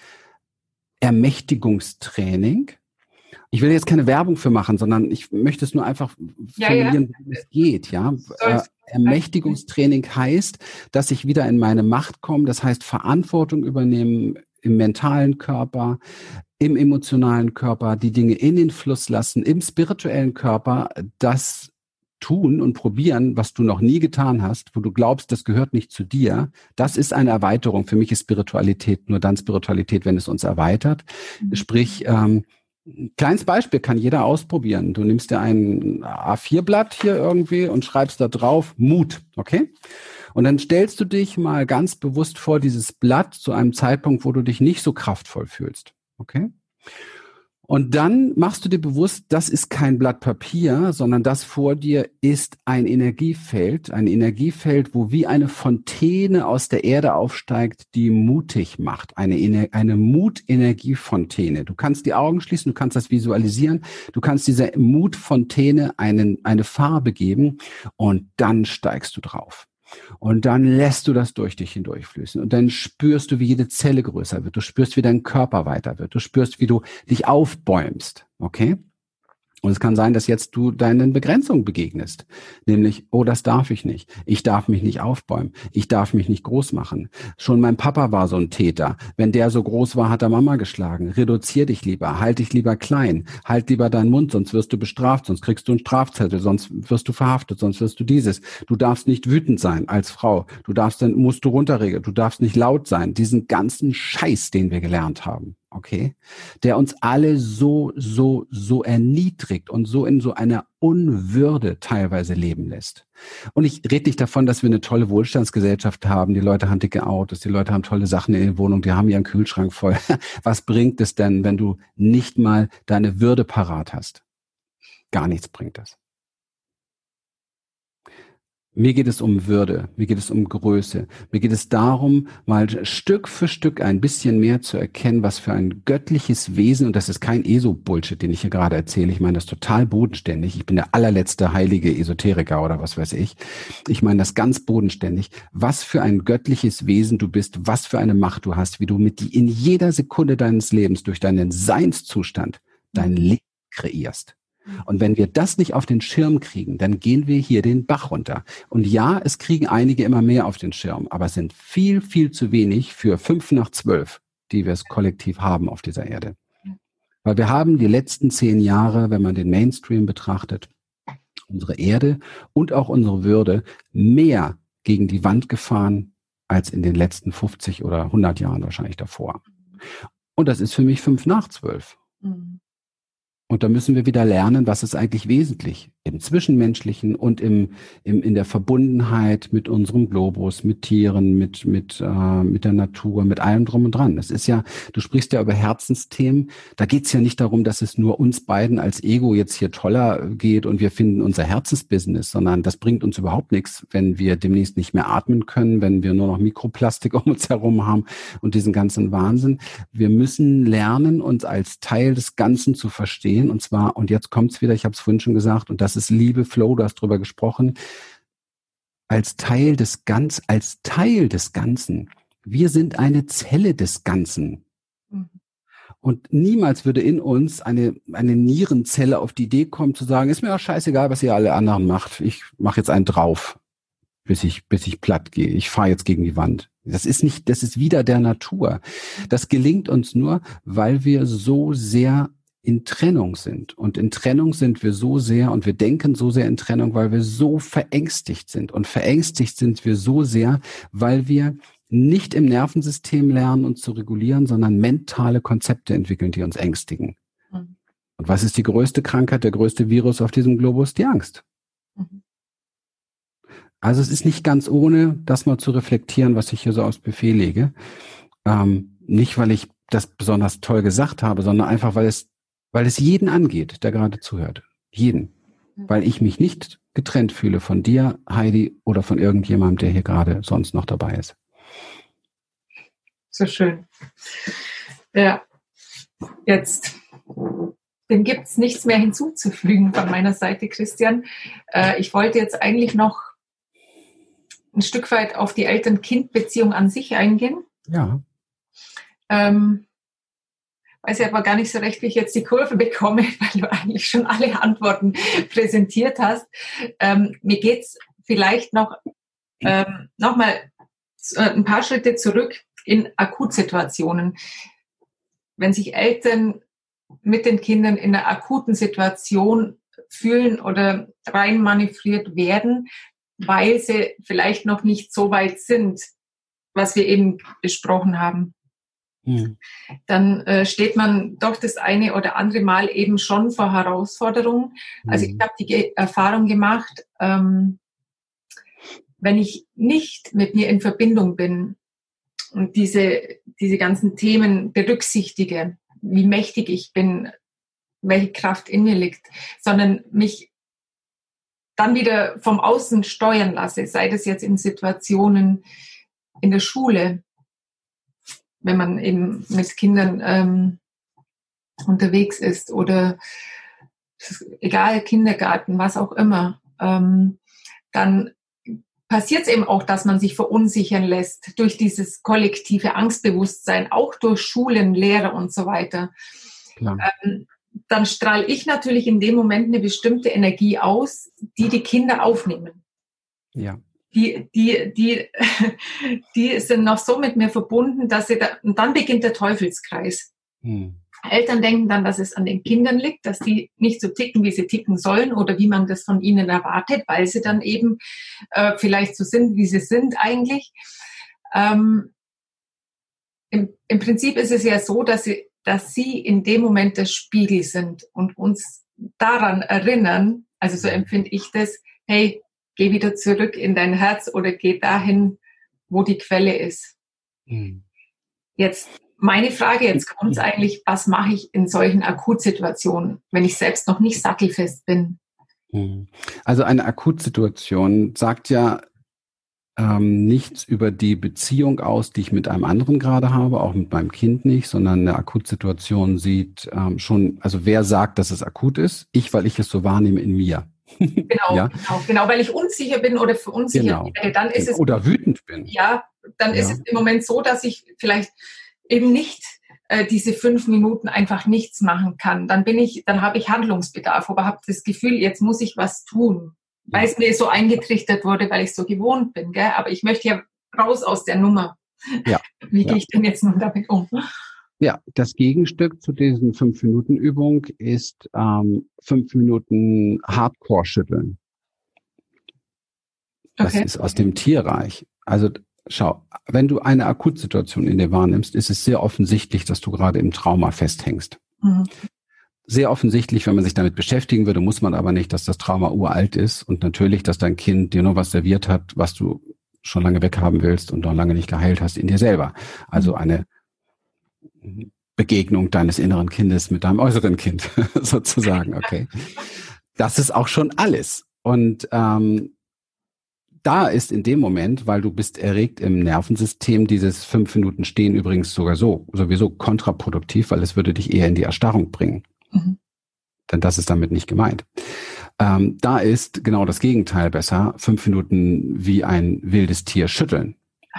Ermächtigungstraining. Ich will jetzt keine Werbung für machen, sondern ich möchte es nur einfach ja, formulieren, ja. wie es geht. Ja, äh, Ermächtigungstraining heißt, dass ich wieder in meine Macht komme, das heißt Verantwortung übernehmen, im mentalen Körper, im emotionalen Körper, die Dinge in den Fluss lassen, im spirituellen Körper das tun und probieren, was du noch nie getan hast, wo du glaubst, das gehört nicht zu dir. Das ist eine Erweiterung. Für mich ist Spiritualität nur dann Spiritualität, wenn es uns erweitert. Mhm. Sprich, ähm, ein kleines Beispiel kann jeder ausprobieren. Du nimmst dir ein A vier Blatt hier irgendwie und schreibst da drauf Mut, okay? Und dann stellst du dich mal ganz bewusst vor dieses Blatt zu einem Zeitpunkt, wo du dich nicht so kraftvoll fühlst, okay? Und dann machst du dir bewusst, das ist kein Blatt Papier, sondern das vor dir ist ein Energiefeld, ein Energiefeld, wo wie eine Fontäne aus der Erde aufsteigt, die mutig macht, eine, eine Mutenergiefontäne. Du kannst die Augen schließen, du kannst das visualisieren, du kannst dieser Mutfontäne einen, eine Farbe geben und dann steigst du drauf. Und dann lässt du das durch dich hindurchfließen. Und dann spürst du, wie jede Zelle größer wird. Du spürst, wie dein Körper weiter wird. Du spürst, wie du dich aufbäumst. Okay? Und es kann sein, dass jetzt du deinen Begrenzungen begegnest. Nämlich, oh, das darf ich nicht. Ich darf mich nicht aufbäumen. Ich darf mich nicht groß machen. Schon mein Papa war so ein Täter. Wenn der so groß war, hat er Mama geschlagen. Reduzier dich lieber. Halt dich lieber klein. Halt lieber deinen Mund, sonst wirst du bestraft. Sonst kriegst du einen Strafzettel. Sonst wirst du verhaftet. Sonst wirst du dieses. Du darfst nicht wütend sein als Frau. Du darfst, dann musst du runterregeln. Du darfst nicht laut sein. Diesen ganzen Scheiß, den wir gelernt haben. Okay, der uns alle so, so, so erniedrigt und so in so einer Unwürde teilweise leben lässt. Und ich rede nicht davon, dass wir eine tolle Wohlstandsgesellschaft haben. Die Leute haben dicke Autos, die Leute haben tolle Sachen in den Wohnungen, die haben ihren Kühlschrank voll. Was bringt es denn, wenn du nicht mal deine Würde parat hast? Gar nichts bringt das. Mir geht es um Würde, mir geht es um Größe, mir geht es darum, mal Stück für Stück ein bisschen mehr zu erkennen, was für ein göttliches Wesen, und das ist kein E S O-Bullshit, den ich hier gerade erzähle, ich meine das total bodenständig, ich bin der allerletzte heilige Esoteriker oder was weiß ich, ich meine das ganz bodenständig, was für ein göttliches Wesen du bist, was für eine Macht du hast, wie du mit die in jeder Sekunde deines Lebens durch deinen Seinszustand dein Leben kreierst. Und wenn wir das nicht auf den Schirm kriegen, dann gehen wir hier den Bach runter. Und ja, es kriegen einige immer mehr auf den Schirm, aber es sind viel, viel zu wenig für fünf nach zwölf, die wir es kollektiv haben auf dieser Erde. Weil wir haben die letzten zehn Jahre, wenn man den Mainstream betrachtet, unsere Erde und auch unsere Würde mehr gegen die Wand gefahren als in den letzten fünfzig oder hundert Jahren wahrscheinlich davor. Und das ist für mich fünf nach zwölf. Mhm. Und da müssen wir wieder lernen, was ist eigentlich wesentlich. im Zwischenmenschlichen und im, im, in der Verbundenheit mit unserem Globus, mit Tieren, mit, mit, äh, mit der Natur, mit allem drum und dran. Das ist ja, du sprichst ja über Herzensthemen. Da geht's ja nicht darum, dass es nur uns beiden als Ego jetzt hier toller geht und wir finden unser Herzensbusiness, sondern das bringt uns überhaupt nichts, wenn wir demnächst nicht mehr atmen können, wenn wir nur noch Mikroplastik um uns herum haben und diesen ganzen Wahnsinn. Wir müssen lernen, uns als Teil des Ganzen zu verstehen. Und zwar, und jetzt kommt's wieder, ich habe es vorhin schon gesagt, und das ist Liebe, Flow, du hast drüber gesprochen, als Teil des Ganz, als Teil des Ganzen. Wir sind eine Zelle des Ganzen. Mhm. Und niemals würde in uns eine, eine Nierenzelle auf die Idee kommen zu sagen, ist mir auch scheißegal, was ihr alle anderen macht. Ich mache jetzt einen drauf, bis ich, bis ich platt gehe. Ich fahre jetzt gegen die Wand. Das ist nicht, das ist wieder der Natur. Das gelingt uns nur, weil wir so sehr in Trennung sind. Und in Trennung sind wir so sehr und wir denken so sehr in Trennung, weil wir so verängstigt sind. Und verängstigt sind wir so sehr, weil wir nicht im Nervensystem lernen, uns zu regulieren, sondern mentale Konzepte entwickeln, die uns ängstigen. Mhm. Und was ist die größte Krankheit, der größte Virus auf diesem Globus? Die Angst. Mhm. Also es ist nicht ganz ohne, das mal zu reflektieren, was ich hier so aufs Buffet lege. Ähm, nicht, weil ich das besonders toll gesagt habe, sondern einfach, weil es Weil es jeden angeht, der gerade zuhört. Jeden. Weil ich mich nicht getrennt fühle von dir, Heidi, oder von irgendjemandem, der hier gerade sonst noch dabei ist. So schön. Ja, jetzt, dem gibt es nichts mehr hinzuzufügen von meiner Seite, Christian. Äh, ich wollte jetzt eigentlich noch ein Stück weit auf die Eltern-Kind-Beziehung an sich eingehen. Ja. Ähm, weiß ich aber gar nicht so recht, wie ich jetzt die Kurve bekomme, weil du eigentlich schon alle Antworten präsentiert hast. Ähm, mir geht's vielleicht noch, ähm, noch mal ein paar Schritte zurück in Akutsituationen. Wenn sich Eltern mit den Kindern in einer akuten Situation fühlen oder reinmanövriert werden, weil sie vielleicht noch nicht so weit sind, was wir eben besprochen haben. Mhm. Dann äh, steht man doch das eine oder andere Mal eben schon vor Herausforderungen. Mhm. Also ich habe die Ge- Erfahrung gemacht, ähm, wenn ich nicht mit mir in Verbindung bin und diese, diese ganzen Themen berücksichtige, wie mächtig ich bin, welche Kraft in mir liegt, sondern mich dann wieder vom Außen steuern lasse, sei das jetzt in Situationen in der Schule, wenn man eben mit Kindern ähm, unterwegs ist oder egal, Kindergarten, was auch immer, ähm, dann passiert es eben auch, dass man sich verunsichern lässt durch dieses kollektive Angstbewusstsein, auch durch Schulen, Lehrer und so weiter. Ähm, dann strahle ich natürlich in dem Moment eine bestimmte Energie aus, die die Kinder aufnehmen. Ja. Die, die, die, die sind noch so mit mir verbunden, dass sie da, und dann beginnt der Teufelskreis. Hm. Eltern denken dann, dass es an den Kindern liegt, dass die nicht so ticken, wie sie ticken sollen oder wie man das von ihnen erwartet, weil sie dann eben äh, vielleicht so sind, wie sie sind eigentlich. Ähm, im, Im Prinzip ist es ja so, dass sie, dass sie in dem Moment der Spiegel sind und uns daran erinnern, also so empfinde ich das, hey, geh wieder zurück in dein Herz oder geh dahin, wo die Quelle ist. Mhm. Jetzt meine Frage, jetzt kommt es eigentlich, was mache ich in solchen Akutsituationen, wenn ich selbst noch nicht sattelfest bin? Also eine Akutsituation sagt ja ähm, nichts über die Beziehung aus, die ich mit einem anderen gerade habe, auch mit meinem Kind nicht, sondern eine Akutsituation sieht ähm, schon, also wer sagt, dass es akut ist? Ich, weil ich es so wahrnehme in mir. Genau, ja? genau, genau, weil ich unsicher bin oder verunsichert genau. werde, dann ist es... Oder wütend bin. Ja, dann ja. ist es im Moment so, dass ich vielleicht eben nicht äh, diese fünf Minuten einfach nichts machen kann. Dann bin ich, dann habe ich Handlungsbedarf, aber habe das Gefühl, jetzt muss ich was tun, ja. weil es mir so eingetrichtert wurde, weil ich so gewohnt bin. Gell? Aber ich möchte ja raus aus der Nummer. Ja. Wie ja. gehe ich denn jetzt nun damit um? Ja, das Gegenstück zu diesen fünf-Minuten-Übung ist ähm, fünf Minuten Hardcore-Schütteln. Das okay. ist aus dem Tierreich. Also schau, wenn du eine Akutsituation in dir wahrnimmst, ist es sehr offensichtlich, dass du gerade im Trauma festhängst. Mhm. sehr offensichtlich, wenn man sich damit beschäftigen würde, muss man aber nicht, dass das Trauma uralt ist und natürlich, dass dein Kind dir nur was serviert hat, was du schon lange weghaben willst und noch lange nicht geheilt hast in dir selber. Also eine Begegnung deines inneren Kindes mit deinem äußeren Kind sozusagen, okay. Das ist auch schon alles. Und ähm, da ist in dem Moment, weil du bist erregt im Nervensystem, dieses fünf Minuten Stehen übrigens sogar so, sowieso kontraproduktiv, weil es würde dich eher in die Erstarrung bringen. Mhm. Denn das ist damit nicht gemeint. Ähm, da ist genau das Gegenteil besser. Fünf Minuten wie ein wildes Tier schütteln.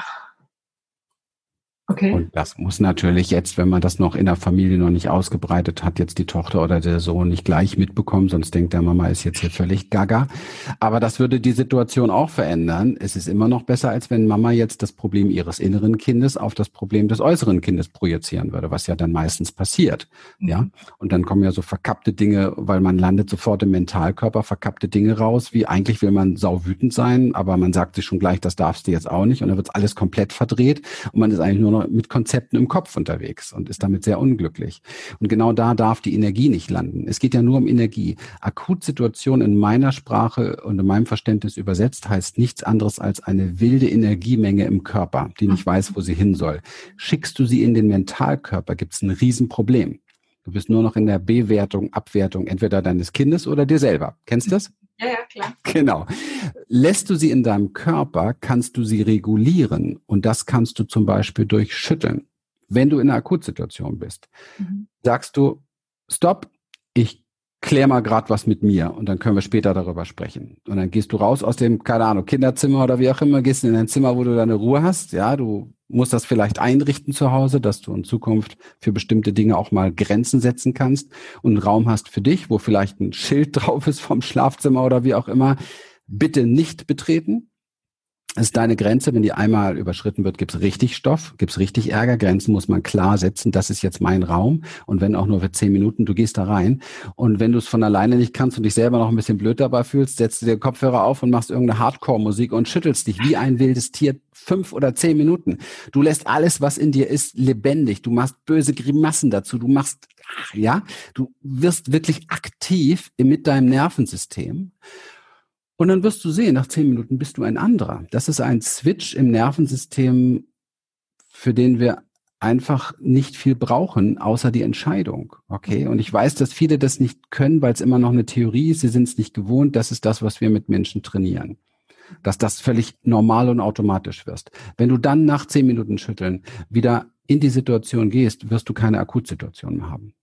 Okay. Und das muss natürlich jetzt, wenn man das noch in der Familie noch nicht ausgebreitet hat, jetzt die Tochter oder der Sohn nicht gleich mitbekommen, sonst denkt der Mama ist jetzt hier völlig gaga. Aber das würde die Situation auch verändern. Es ist immer noch besser, als wenn Mama jetzt das Problem ihres inneren Kindes auf das Problem des äußeren Kindes projizieren würde, was ja dann meistens passiert. Mhm. Ja. Und dann kommen ja so verkappte Dinge, weil man landet sofort im Mentalkörper, verkappte Dinge raus, wie eigentlich will man sauwütend sein, aber man sagt sich schon gleich, das darfst du jetzt auch nicht. Und dann wird alles komplett verdreht und man ist eigentlich nur mit Konzepten im Kopf unterwegs und ist damit sehr unglücklich. Und genau da darf die Energie nicht landen. Es geht ja nur um Energie. Akutsituation in meiner Sprache und in meinem Verständnis übersetzt heißt nichts anderes als eine wilde Energiemenge im Körper, die nicht weiß, wo sie hin soll. Schickst du sie in den Mentalkörper, gibt es ein Riesenproblem. Du bist nur noch in der Bewertung, Abwertung entweder deines Kindes oder dir selber. Kennst du das? Ja, ja, klar. Genau. Lässt du sie in deinem Körper, kannst du sie regulieren. Und das kannst du zum Beispiel durch Schütteln. Wenn du in einer Akutsituation bist, mhm. sagst du, stopp, ich klär mal gerade was mit mir und dann können wir später darüber sprechen. Und dann gehst du raus aus dem, keine Ahnung, Kinderzimmer oder wie auch immer, gehst in ein Zimmer, wo du deine Ruhe hast. Ja, du musst das vielleicht einrichten zu Hause, dass du in Zukunft für bestimmte Dinge auch mal Grenzen setzen kannst und einen Raum hast für dich, wo vielleicht ein Schild drauf ist vom Schlafzimmer oder wie auch immer. Bitte nicht betreten. Das ist deine Grenze. Wenn die einmal überschritten wird, gibt's richtig Stoff, gibt's richtig Ärger. Grenzen muss man klar setzen. Das ist jetzt mein Raum. Und wenn auch nur für zehn Minuten, du gehst da rein. Und wenn du es von alleine nicht kannst und dich selber noch ein bisschen blöd dabei fühlst, setzt du dir Kopfhörer auf und machst irgendeine Hardcore-Musik und schüttelst dich wie ein wildes Tier fünf oder zehn Minuten. Du lässt alles, was in dir ist, lebendig. Du machst böse Grimassen dazu. Du machst, ja, du wirst wirklich aktiv mit deinem Nervensystem. Und dann wirst du sehen, nach zehn Minuten bist du ein anderer. Das ist ein Switch im Nervensystem, für den wir einfach nicht viel brauchen, außer die Entscheidung. Okay? Und ich weiß, dass viele das nicht können, weil es immer noch eine Theorie ist. Sie sind es nicht gewohnt. Das ist das, was wir mit Menschen trainieren. Dass das völlig normal und automatisch wirst. Wenn du dann nach zehn Minuten Schütteln wieder in die Situation gehst, wirst du keine Akutsituation mehr haben.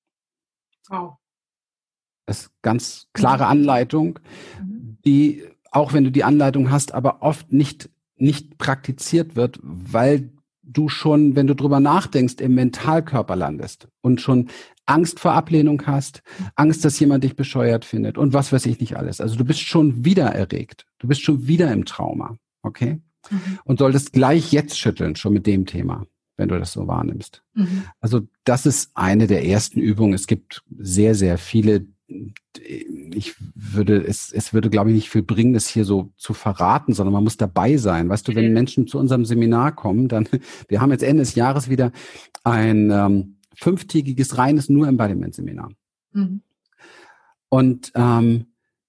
Oh. Das ist ganz klare Anleitung, die, auch wenn du die Anleitung hast, aber oft nicht, nicht praktiziert wird, weil du schon, wenn du drüber nachdenkst, im Mentalkörper landest und schon Angst vor Ablehnung hast, Angst, dass jemand dich bescheuert findet und was weiß ich nicht alles. Also du bist schon wieder erregt. Du bist schon wieder im Trauma, okay? Mhm. Und solltest gleich jetzt schütteln, schon mit dem Thema, wenn du das so wahrnimmst. Mhm. Also das ist eine der ersten Übungen. Es gibt sehr, sehr viele. Ich würde, es, es würde, glaube ich, nicht viel bringen, das hier so zu verraten, sondern man muss dabei sein. Weißt du, wenn Menschen zu unserem Seminar kommen, dann, wir haben jetzt Ende des Jahres wieder ein ähm, fünftägiges reines nur Embodiment-Seminar. Mhm. Und ähm,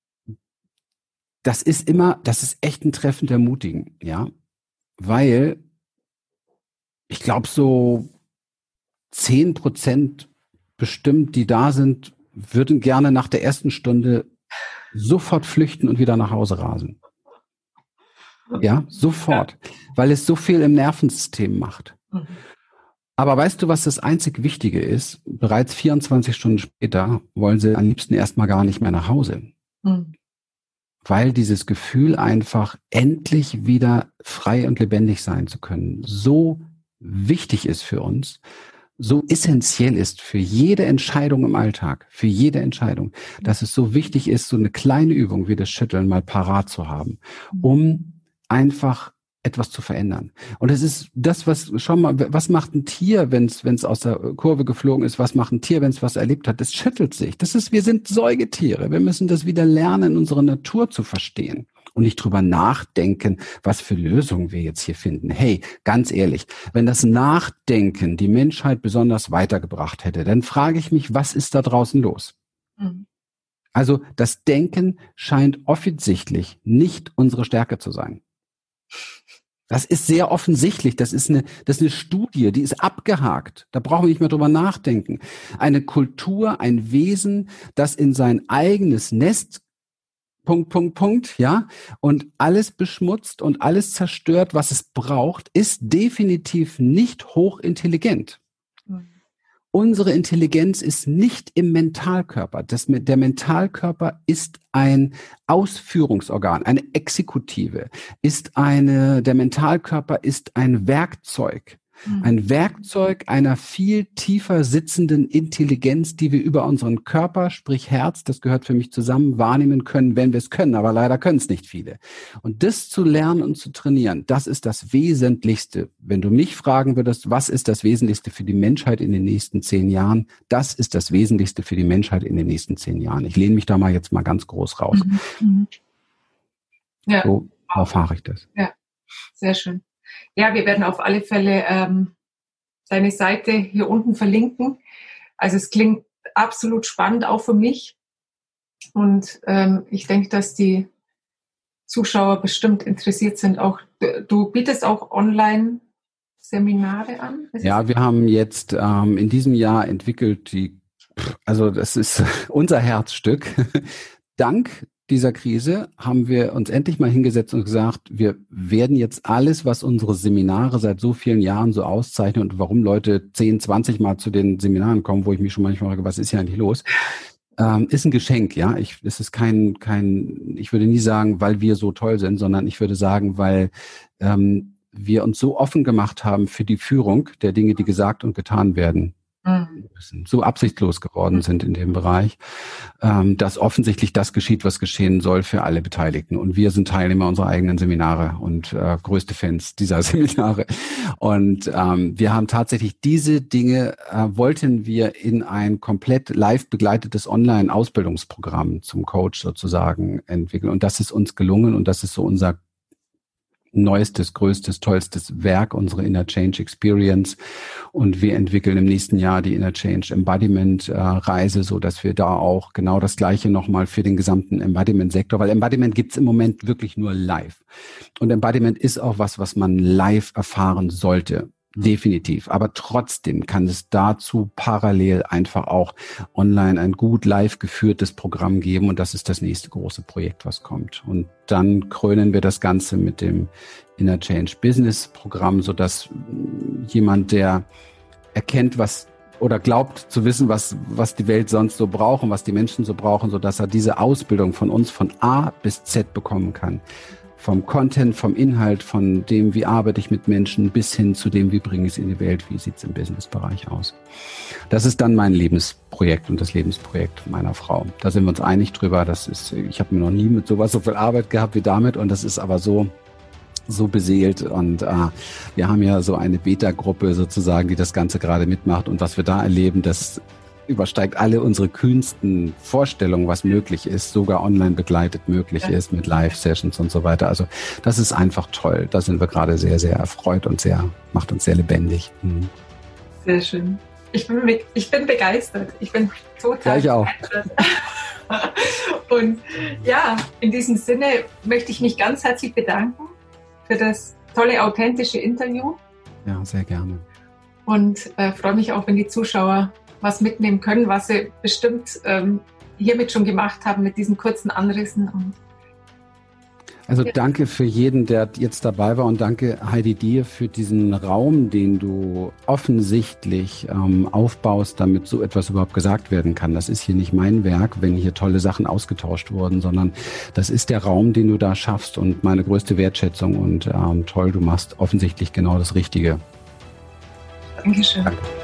das ist immer, das ist echt ein Treffen der Mutigen, ja, weil ich glaube, so zehn Prozent bestimmt, die da sind, würden gerne nach der ersten Stunde sofort flüchten und wieder nach Hause rasen. Ja, sofort, weil es so viel im Nervensystem macht. Mhm. Aber weißt du, was das einzig Wichtige ist? Bereits vierundzwanzig Stunden später wollen sie am liebsten erstmal gar nicht mehr nach Hause. Mhm. Weil dieses Gefühl einfach endlich wieder frei und lebendig sein zu können so wichtig ist für uns, so essentiell ist für jede Entscheidung im Alltag, für jede Entscheidung, dass es so wichtig ist, so eine kleine Übung wie das Schütteln mal parat zu haben, um einfach etwas zu verändern. Und es ist das, was, schau mal, was macht ein Tier, wenn es wenn es aus der Kurve geflogen ist, was macht ein Tier, wenn es was erlebt hat? Es schüttelt sich. Das ist, wir sind Säugetiere. Wir müssen das wieder lernen, unsere Natur zu verstehen. und nicht drüber nachdenken, was für Lösungen wir jetzt hier finden. Hey, ganz ehrlich, wenn das Nachdenken die Menschheit besonders weitergebracht hätte, dann frage ich mich, was ist da draußen los? Mhm. Also das Denken scheint offensichtlich nicht unsere Stärke zu sein. Das ist sehr offensichtlich. Das ist eine, das ist eine Studie, die ist abgehakt. Da brauchen wir nicht mehr drüber nachdenken. Eine Kultur, ein Wesen, das in sein eigenes Nest Punkt, Punkt, Punkt, ja, und alles beschmutzt und alles zerstört, was es braucht, ist definitiv nicht hochintelligent. Mhm. Unsere Intelligenz ist nicht im Mentalkörper. Das, der Mentalkörper ist ein Ausführungsorgan, eine Exekutive, ist eine, der Mentalkörper ist ein Werkzeug. Ein Werkzeug einer viel tiefer sitzenden Intelligenz, die wir über unseren Körper, sprich Herz, das gehört für mich zusammen, wahrnehmen können, wenn wir es können, aber leider können es nicht viele. Und das zu lernen und zu trainieren, das ist das Wesentlichste. Wenn du mich fragen würdest, was ist das Wesentlichste für die Menschheit in den nächsten zehn Jahren? Das ist das Wesentlichste für die Menschheit in den nächsten zehn Jahren. Ich lehne mich da mal jetzt mal ganz groß raus. Mhm. Ja. So erfahre ich das. Ja, sehr schön. Ja, wir werden auf alle Fälle ähm, deine Seite hier unten verlinken. Also es klingt absolut spannend, auch für mich. Und ähm, ich denke, dass die Zuschauer bestimmt interessiert sind. Auch du bietest auch Online-Seminare an? Ja, wir haben jetzt ähm, in diesem Jahr entwickelt die, also das ist unser Herzstück. Dank dieser Krise haben wir uns endlich mal hingesetzt und gesagt, wir werden jetzt alles, was unsere Seminare seit so vielen Jahren so auszeichnen und warum Leute zehn, zwanzig Mal zu den Seminaren kommen, wo ich mich schon manchmal frage, was ist hier eigentlich los, ähm, ist ein Geschenk, ja. Ich, es ist kein, kein, ich würde nie sagen, weil wir so toll sind, sondern ich würde sagen, weil ähm, wir uns so offen gemacht haben für die Führung der Dinge, die gesagt und getan werden. So absichtslos geworden sind in dem Bereich, ähm, dass offensichtlich das geschieht, was geschehen soll für alle Beteiligten. Und wir sind Teilnehmer unserer eigenen Seminare und äh, größte Fans dieser Seminare. Und ähm, wir haben tatsächlich diese Dinge, äh, wollten wir in ein komplett live begleitetes Online-Ausbildungsprogramm zum Coach sozusagen entwickeln. Und das ist uns gelungen und das ist so unser neuestes, größtes, tollstes Werk, unsere Inner Change Experience. Und wir entwickeln im nächsten Jahr die Inner Change Embodiment äh, Reise, so dass wir da auch genau das Gleiche nochmal für den gesamten Embodiment-Sektor, weil Embodiment gibt's im Moment wirklich nur live. Und Embodiment ist auch was, was man live erfahren sollte. Definitiv. Aber trotzdem kann es dazu parallel einfach auch online ein gut live geführtes Programm geben. Und das ist das nächste große Projekt, was kommt. Und dann krönen wir das Ganze mit dem Inner Change Business Programm, sodass jemand, der erkennt, was oder glaubt zu wissen, was, was die Welt sonst so braucht und was die Menschen so brauchen, sodass er diese Ausbildung von uns von A bis Z bekommen kann. Vom Content, vom Inhalt, von dem, wie arbeite ich mit Menschen, bis hin zu dem, wie bringe ich es in die Welt, wie sieht es im Businessbereich aus. Das ist dann mein Lebensprojekt und das Lebensprojekt meiner Frau. Da sind wir uns einig drüber. Das ist, ich habe mir noch nie mit sowas so viel Arbeit gehabt wie damit und das ist aber so, so beseelt und äh, wir haben ja so eine Beta-Gruppe sozusagen, die das Ganze gerade mitmacht und was wir da erleben, das übersteigt alle unsere kühnsten Vorstellungen, was möglich ist, sogar online begleitet möglich ja. ist mit Live-Sessions und so weiter. Also das ist einfach toll. Da sind wir gerade sehr, sehr erfreut und sehr, macht uns sehr lebendig. Mhm. Sehr schön. Ich bin, ich bin begeistert. Ich bin total ja, ich auch. begeistert. Und ja, in diesem Sinne möchte ich mich ganz herzlich bedanken für das tolle, authentische Interview. Ja, sehr gerne. Und äh, freue mich auch, wenn die Zuschauer was mitnehmen können, was sie bestimmt ähm, hiermit schon gemacht haben, mit diesen kurzen Anrissen. Und also danke für jeden, der jetzt dabei war und danke, Heidi, dir für diesen Raum, den du offensichtlich ähm, aufbaust, damit so etwas überhaupt gesagt werden kann. Das ist hier nicht mein Werk, wenn hier tolle Sachen ausgetauscht wurden, sondern das ist der Raum, den du da schaffst und meine größte Wertschätzung und ähm, toll, du machst offensichtlich genau das Richtige. Dankeschön. Danke.